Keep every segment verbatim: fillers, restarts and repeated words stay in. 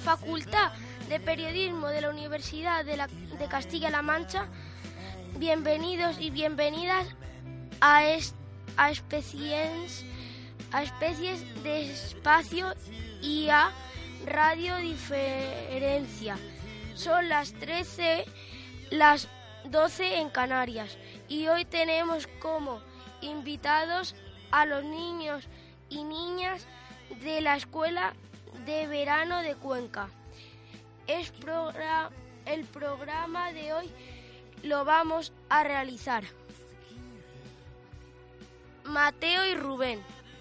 Facultad de Periodismo de la Universidad de, la, de Castilla-La Mancha. Bienvenidos y bienvenidas a, es, a, especies, a especies de espacio y a Radio Diferencia. Son las trece, las doce en Canarias y hoy tenemos como invitados a los niños y niñas de la Escuela de Verano de Cuenca. Es progra- el programa de hoy lo vamos a realizar Mateo y Rubén.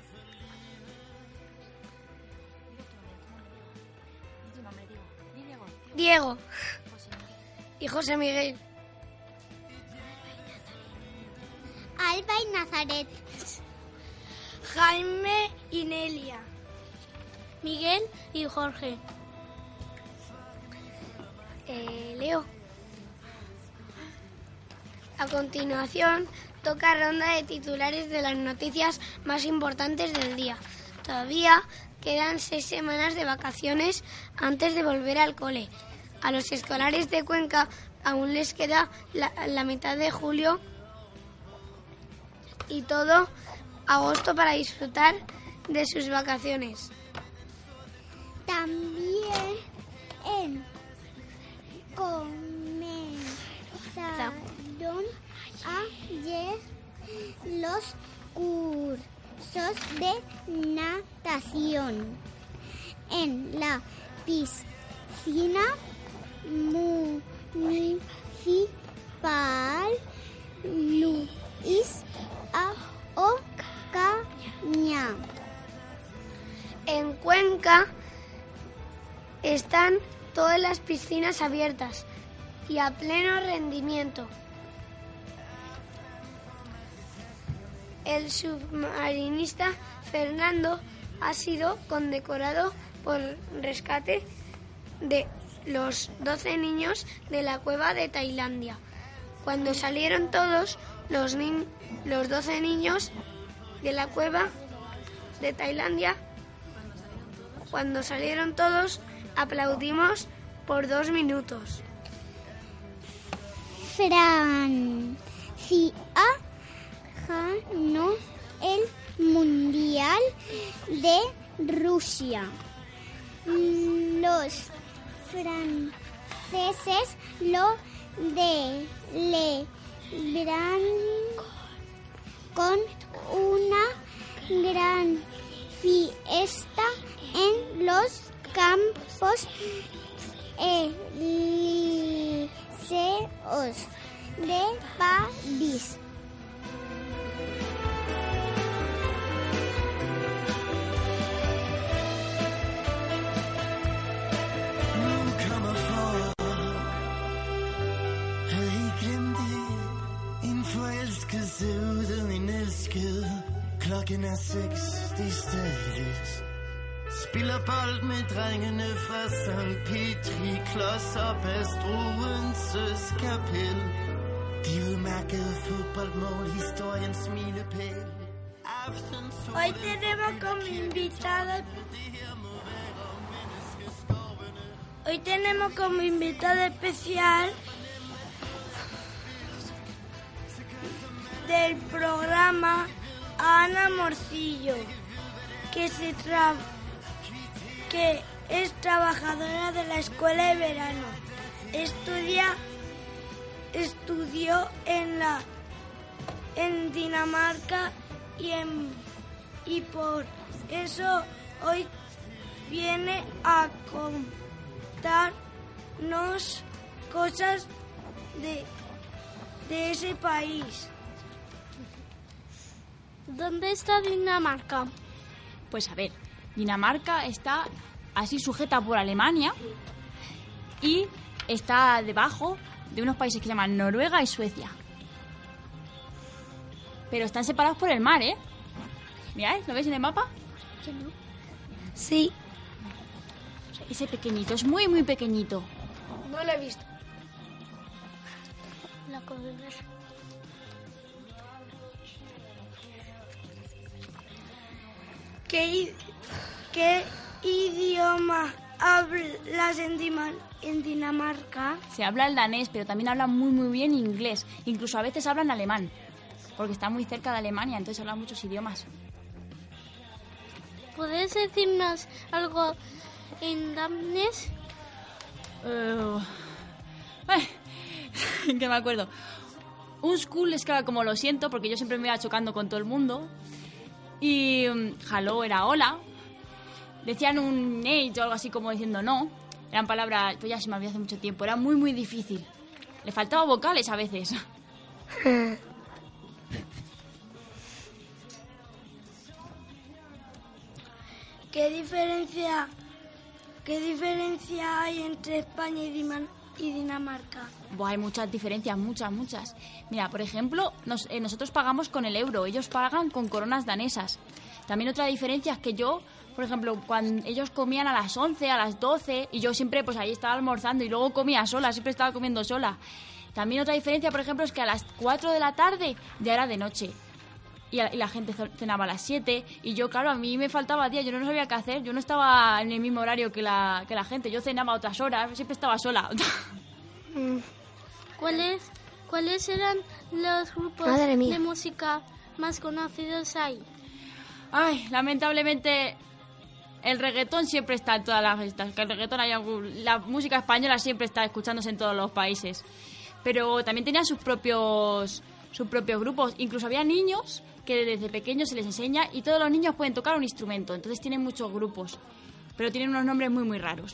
Diego y José Miguel. Alba y Nazaret. Jaime y Nelia. Miguel y Jorge. Eh, Leo. A continuación, toca ronda de titulares de las noticias más importantes del día. Todavía quedan seis semanas de vacaciones antes de volver al cole. A los escolares de Cuenca aún les queda la, la mitad de julio y todo agosto para disfrutar de sus vacaciones. También en comenzaron ayer los cursos de natación en la piscina municipal Luis A. Ocaña. En Cuenca están todas las piscinas abiertas y a pleno rendimiento. El submarinista Fernando ha sido condecorado por rescate de los doce niños de la cueva de Tailandia. Cuando salieron todos los, ni- los doce niños de la cueva de Tailandia, cuando salieron todos, aplaudimos por dos minutos. Francia ganó el Mundial de Rusia. Los franceses lo celebran con una gran fiesta en los campos elíseos de París. Klokken er seks, de stadiet. Spiller bold med drengene fra Sankt Petri, klods op af Struenses kapel. De udmærkede fodboldmål, historiens smilepæl. Hoy tenemos como invitado Hoy tenemos como invitado especial del programa a Ana Morcillo, que se tra- que es trabajadora de la Escuela de Verano. Estudia estudió en la en Dinamarca y en y por eso hoy viene a contarnos cosas de de ese país. ¿Dónde está Dinamarca? Pues a ver, Dinamarca está así sujeta por Alemania y está debajo de unos países que se llaman Noruega y Suecia. Pero están separados por el mar, ¿eh? Mirad, ¿lo veis en el mapa? Sí, Ese pequeñito, es muy, muy pequeñito. no lo he visto. La cosa. ¿Qué, i- qué idioma hablas en, Dima- en Dinamarca? Se habla el danés, pero también hablan muy muy bien inglés. Incluso a veces hablan alemán, porque está muy cerca de Alemania, entonces hablan muchos idiomas. ¿Puedes decirnos algo en danés? Uh, que me acuerdo. Un school es que como lo siento, porque yo siempre me iba chocando con todo el mundo. Y um, hello era hola. Decían un age o algo así como diciendo no. Eran palabras, pues ya se me olvidó hace mucho tiempo. Era muy muy difícil. Le faltaban vocales a veces. ¿Qué diferencia, qué diferencia hay entre España y, Dima- y Dinamarca? Buah, hay muchas diferencias, muchas, muchas. Mira, por ejemplo, nos- eh, nosotros pagamos con el euro, ellos pagan con coronas danesas. También otra diferencia es que yo, por ejemplo, cuando ellos comían a las once, a las doce, y yo siempre pues ahí estaba almorzando y luego comía sola, siempre estaba comiendo sola. También otra diferencia, por ejemplo, es que a las cuatro de la tarde ya era de noche. Y, a, y la gente cenaba a las siete. Y yo, claro, a mí me faltaba día, yo no sabía qué hacer. Yo no estaba en el mismo horario que la, que la gente. Yo cenaba a otras horas, siempre estaba sola. ¿Cuáles, ¿Cuáles eran los grupos Madre mía. de música más conocidos ahí? Ay, lamentablemente el reggaetón siempre está en todas las fiestas. Que el reggaetón hay algún- la música española siempre está escuchándose en todos los países. Pero también tenían sus propios sus propios grupos. Incluso había niños que desde pequeños se les enseña y todos los niños pueden tocar un instrumento. Entonces tienen muchos grupos, pero tienen unos nombres muy muy raros.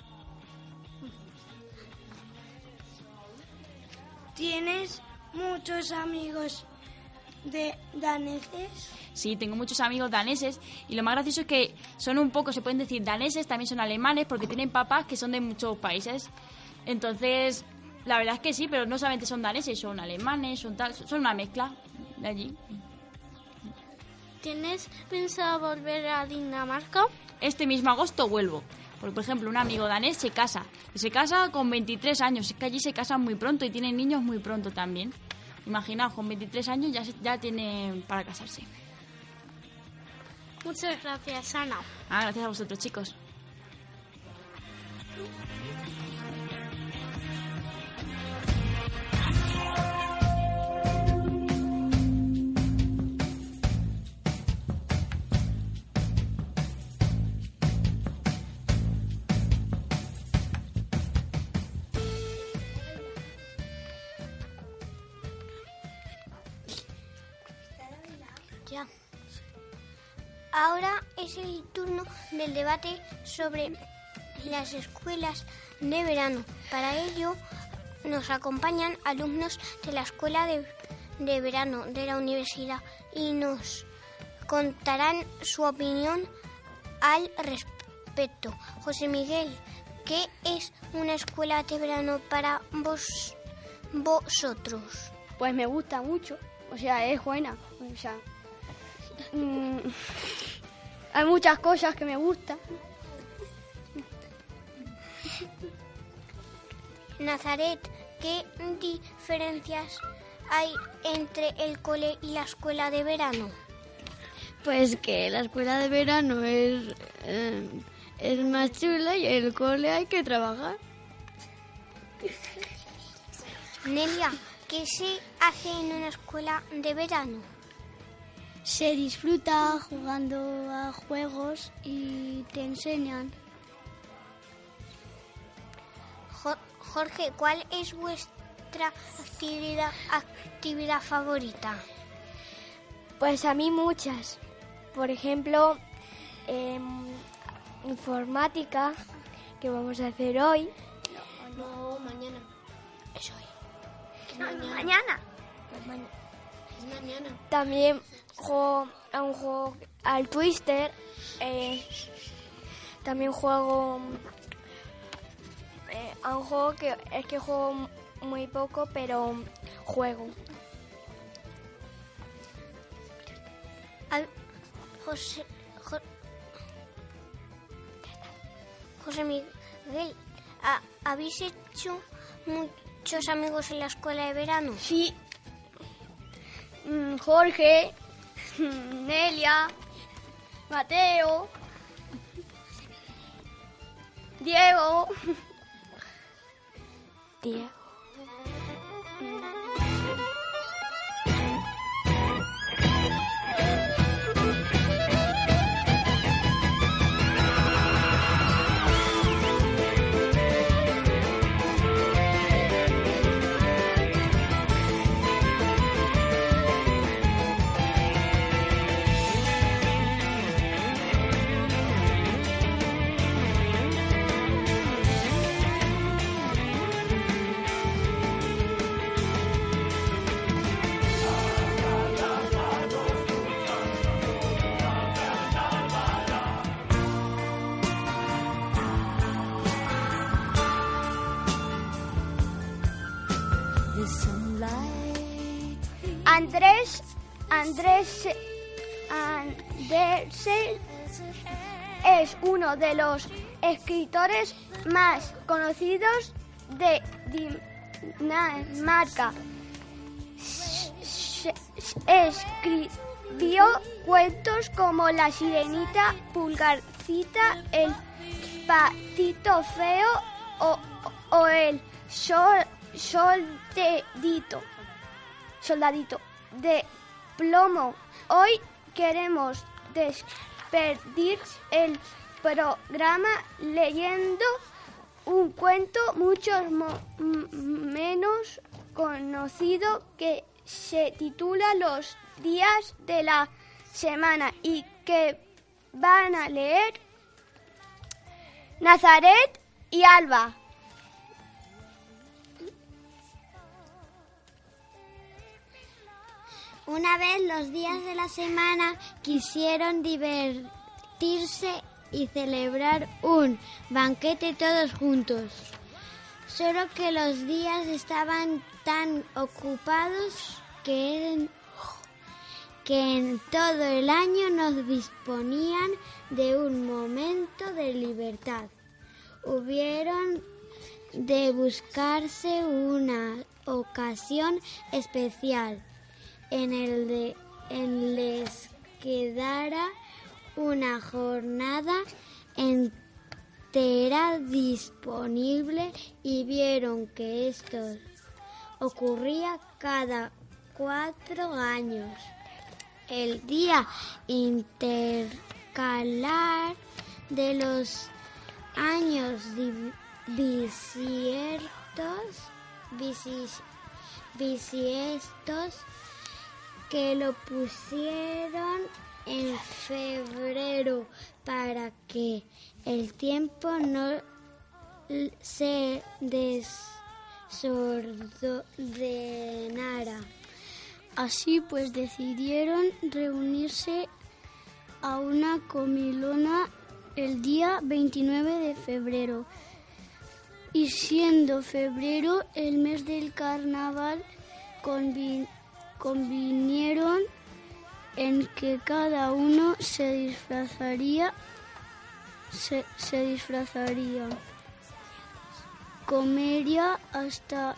¿Tienes muchos amigos de daneses? Sí, tengo muchos amigos daneses y lo más gracioso es que son un poco, se pueden decir daneses, también son alemanes porque tienen papás que son de muchos países. Entonces, la verdad es que sí, pero no solamente son daneses, son alemanes, son tal, son una mezcla de allí. ¿Tienes pensado volver a Dinamarca? Este mismo agosto vuelvo. Porque, por ejemplo, un amigo danés se casa. Y se casa con veintitrés años. Es que allí se casan muy pronto y tienen niños muy pronto también. Imaginaos, con veintitrés años ya, se- ya tienen para casarse. Muchas gracias, Ana. Ah, gracias a vosotros, chicos. Ya. Ahora es el turno del debate sobre las escuelas de verano. Para ello nos acompañan alumnos de la escuela de, de verano de la universidad y nos contarán su opinión al respecto. José Miguel, ¿qué es una escuela de verano para vos, vosotros? Pues me gusta mucho, o sea, es buena, o sea, mm, hay muchas cosas que me gustan. Nazaret, ¿qué diferencias hay entre el cole y la escuela de verano? Pues que la escuela de verano es, eh, es más chula y el cole hay que trabajar. Nelia, ¿qué se hace en una escuela de verano? Se disfruta jugando a juegos y te enseñan. Jo- Jorge, ¿cuál es vuestra actividad, actividad favorita? Pues a mí muchas. Por ejemplo, em, informática, que vamos a hacer hoy. No, mañana. Es hoy. Mañana. Es mañana. También juego a un juego al Twister. eh, también juego eh, a un juego que es que juego muy poco, pero juego. Al- José, Jo- José Miguel, ¿ha- ¿habéis hecho muchos amigos en la escuela de verano? Sí. Mm, Jorge, Nelia, Mateo. Diego. Diego. Andrés, Andrés, Andrés es uno de los escritores más conocidos de Dinamarca. Escribió cuentos como La Sirenita, Pulgarcita, El Patito Feo o, o El sol, soldadito, soldadito de plomo. Hoy queremos despedir el programa leyendo un cuento mucho mo- menos conocido que se titula Los días de la semana y que van a leer Nazaret y Alba. Una vez los días de la semana quisieron divertirse y celebrar un banquete todos juntos. Solo que los días estaban tan ocupados que, en, que en todo el año no disponían de un momento de libertad. Hubieron de buscarse una ocasión especial en el de en les quedara una jornada entera disponible y vieron que esto ocurría cada cuatro años. El día intercalar de los años di- bisiestos, bisis- bisiestos que lo pusieron en febrero para que el tiempo no se desordenara. Así pues decidieron reunirse a una comilona el día veintinueve de febrero. Y siendo febrero el mes del carnaval, convi- convinieron en que cada uno se disfrazaría, se, se disfrazaría, comería hasta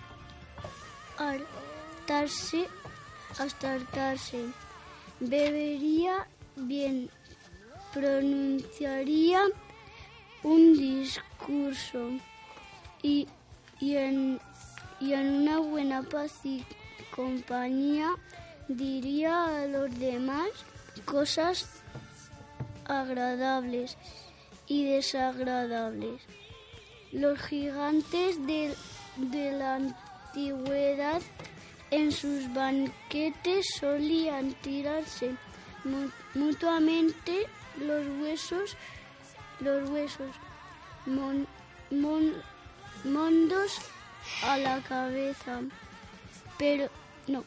hartarse, hasta hartarse, bebería bien, pronunciaría un discurso y, y, en, y en una buena paz y compañía diría a los demás cosas agradables y desagradables. Los gigantes de, de la antigüedad en sus banquetes solían tirarse mutuamente los huesos, los huesos mon, mon, mondos a la cabeza, pero no.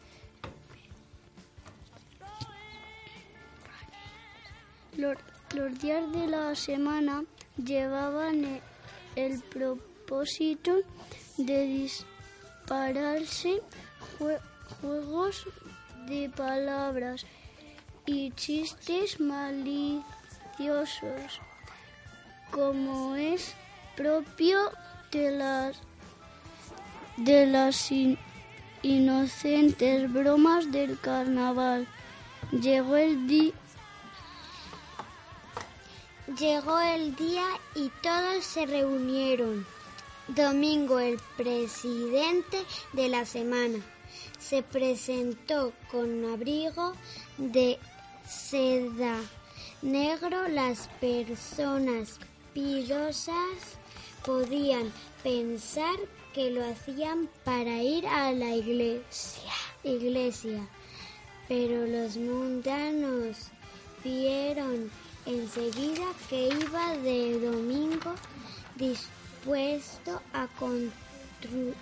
Los, los días de la semana llevaban el, el propósito de dispararse jue, juegos de palabras y chistes maliciosos, como es propio de las de las in, inocentes bromas del carnaval. Llegó el día llegó el día y todos se reunieron. Domingo, el presidente de la semana, se presentó con abrigo de seda negro. Las personas piadosas podían pensar que lo hacían para ir a la iglesia, iglesia, pero los mundanos vieron enseguida que iba de domingo dispuesto a contribuir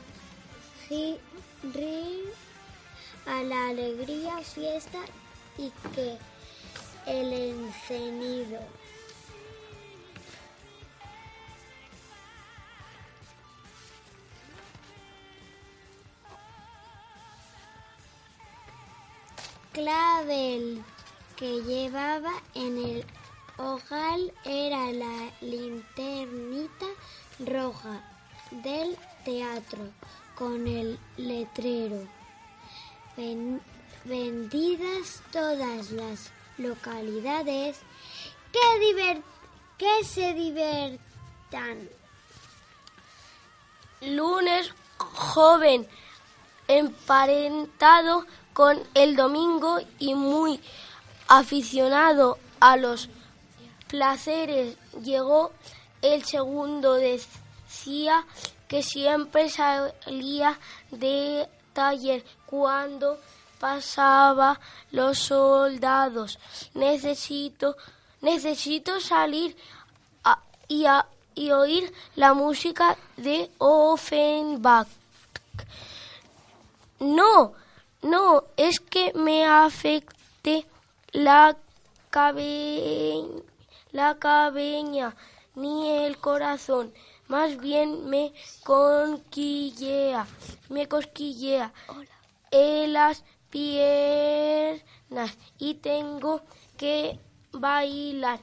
a la alegría fiesta y que el encendido clavel que llevaba en el ojal era la linternita roja del teatro con el letrero Ven, vendidas todas las localidades que, diver, que se diviertan. Lunes joven, emparentado con el domingo y muy aficionado a los placeres, llegó el segundo. Decía que siempre salía de taller cuando pasaba los soldados. Necesito, necesito salir a, y, a, y oír la música de Offenbach. No, no, es que me afecte la cabe, la cabeña ni el corazón. Más bien me conquillea, me cosquillea en las piernas y tengo que bailar,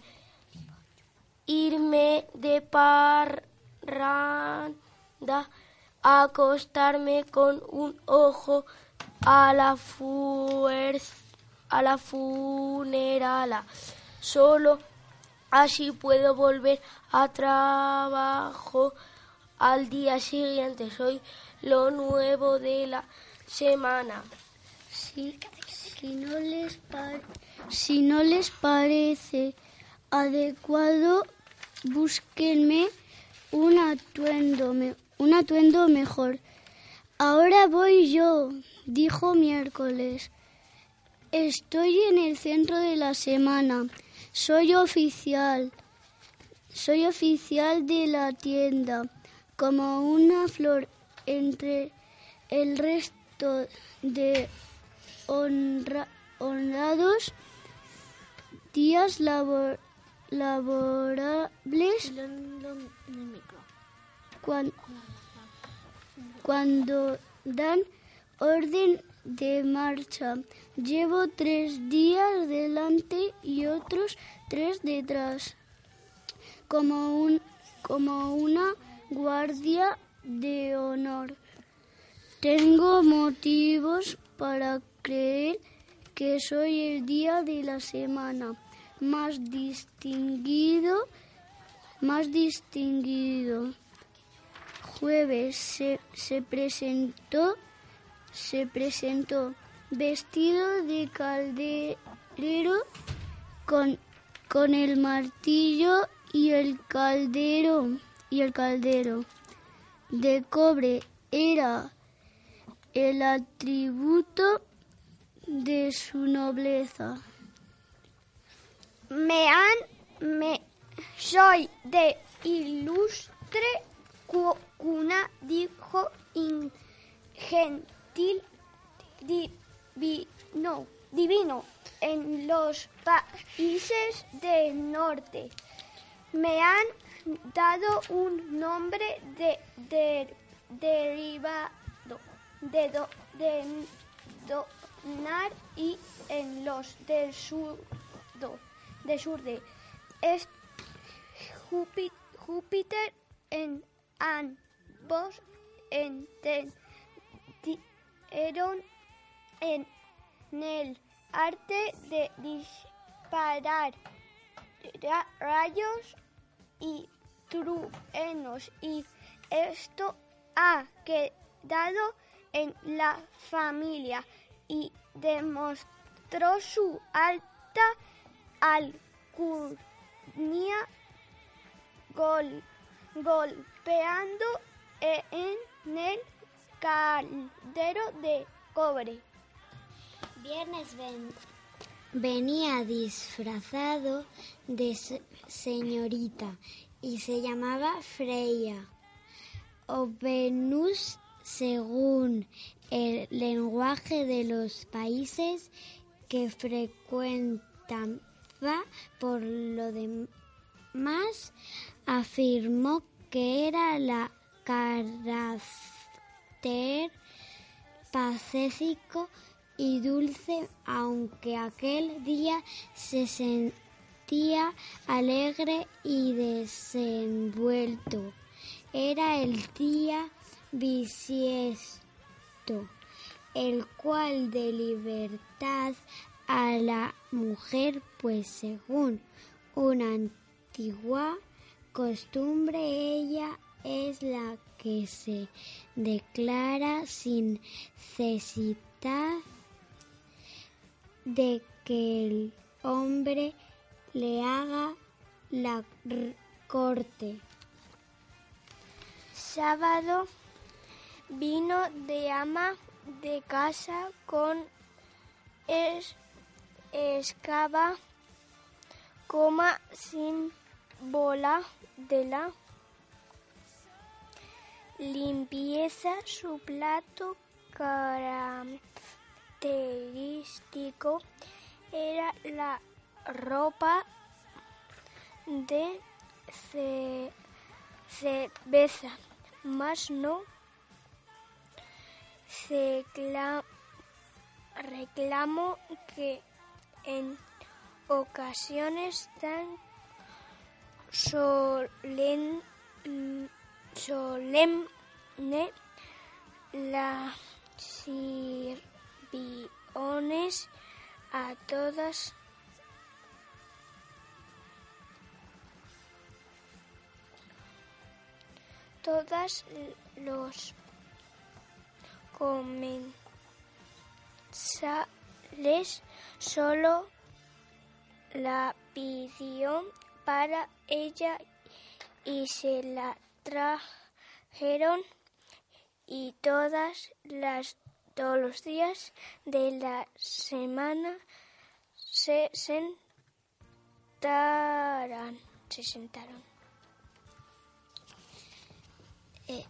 irme de parranda, acostarme con un ojo a la fuerza, a la funerala. Solo así puedo volver a trabajo al día siguiente. Soy lo nuevo de la semana. Si, si, no les par, si no les parece adecuado, búsquenme un atuendo, me, un atuendo mejor. Ahora voy yo, dijo Miércoles. Estoy en el centro de la semana. Soy oficial, soy oficial de la tienda, como una flor entre el resto de honra, honrados días labor, laborables. Cuando, cuando dan orden de marcha. Llevo tres días delante y otros tres detrás, como, un, como una guardia de honor. Tengo motivos para creer que soy el día de la semana más distinguido, más distinguido. Jueves se, se presentó se presentó vestido de calderero con, con el martillo y el caldero y el caldero de cobre era el atributo de su nobleza. Me han me soy de ilustre cuna, dijo ingente Divino, divino en los países del norte. Me han dado un nombre de, de derivado de, do, de donar y en los del sur do, de sur de es Júpiter en ambos entendieron en el arte de disparar ra- rayos y truenos, y esto ha quedado en la familia, y demostró su alta alcurnia gol, golpeando en el caldero de cobre. Viernes ven- venía disfrazado de se- señorita y se llamaba Freya o Venus según el lenguaje de los países que frecuentaba. Por lo demás, afirmó que era la carácter pacífico y dulce, aunque aquel día se sentía alegre y desenvuelto. Era el día bisiesto, el cual de libertad a la mujer, pues según una antigua costumbre, ella es la que se declara sin necesidad de que el hombre le haga la r- corte. Sábado vino de ama de casa con es, escaba, coma sin bola de la limpieza. Su plato característico era la ropa de ce- cerveza, mas no se cla- reclamo que en ocasiones tan solen- solemne la sirviones a todas todas los comensales, solo la pidió para ella y se la trajeron, y todas las todos los días de la semana se sentaran, se sentaron. Eh,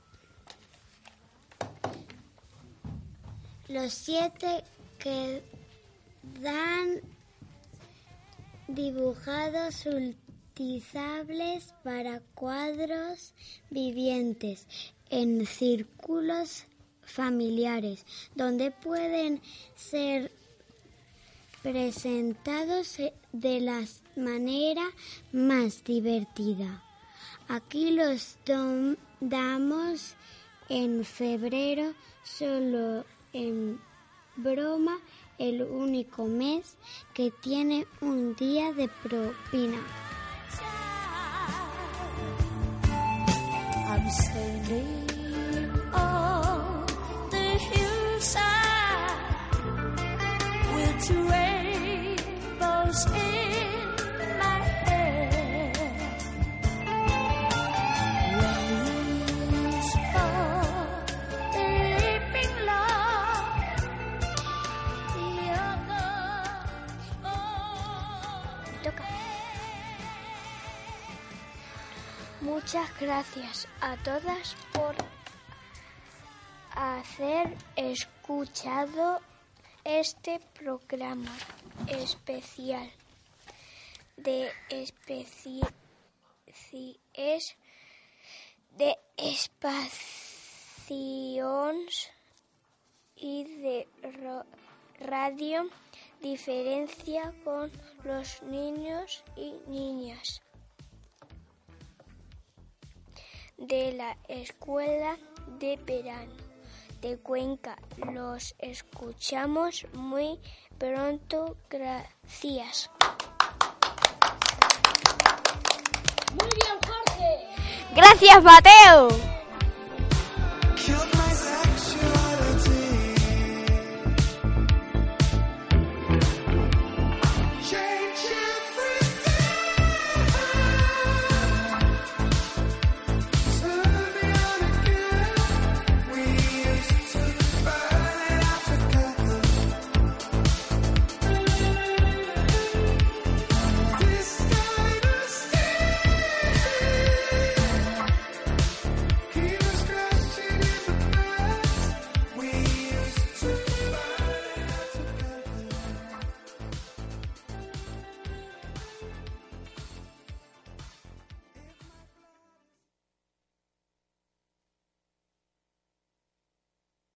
los siete quedan dibujados utilizables para cuadros vivientes en círculos familiares, donde pueden ser presentados de la manera más divertida. Aquí los dom- damos en febrero, solo en broma, el único mes que tiene un día de propina. I'm standing on the hillside with two rainbows in my hair. One is for the leaping love, the other for Toca. Muchas gracias a todas por hacer escuchado este programa especial de especies de espacios y de ro- radio diferencia con los niños y niñas de la Escuela de Verano de Cuenca. Los escuchamos muy pronto. Gracias. Gracias, Mateo. Killed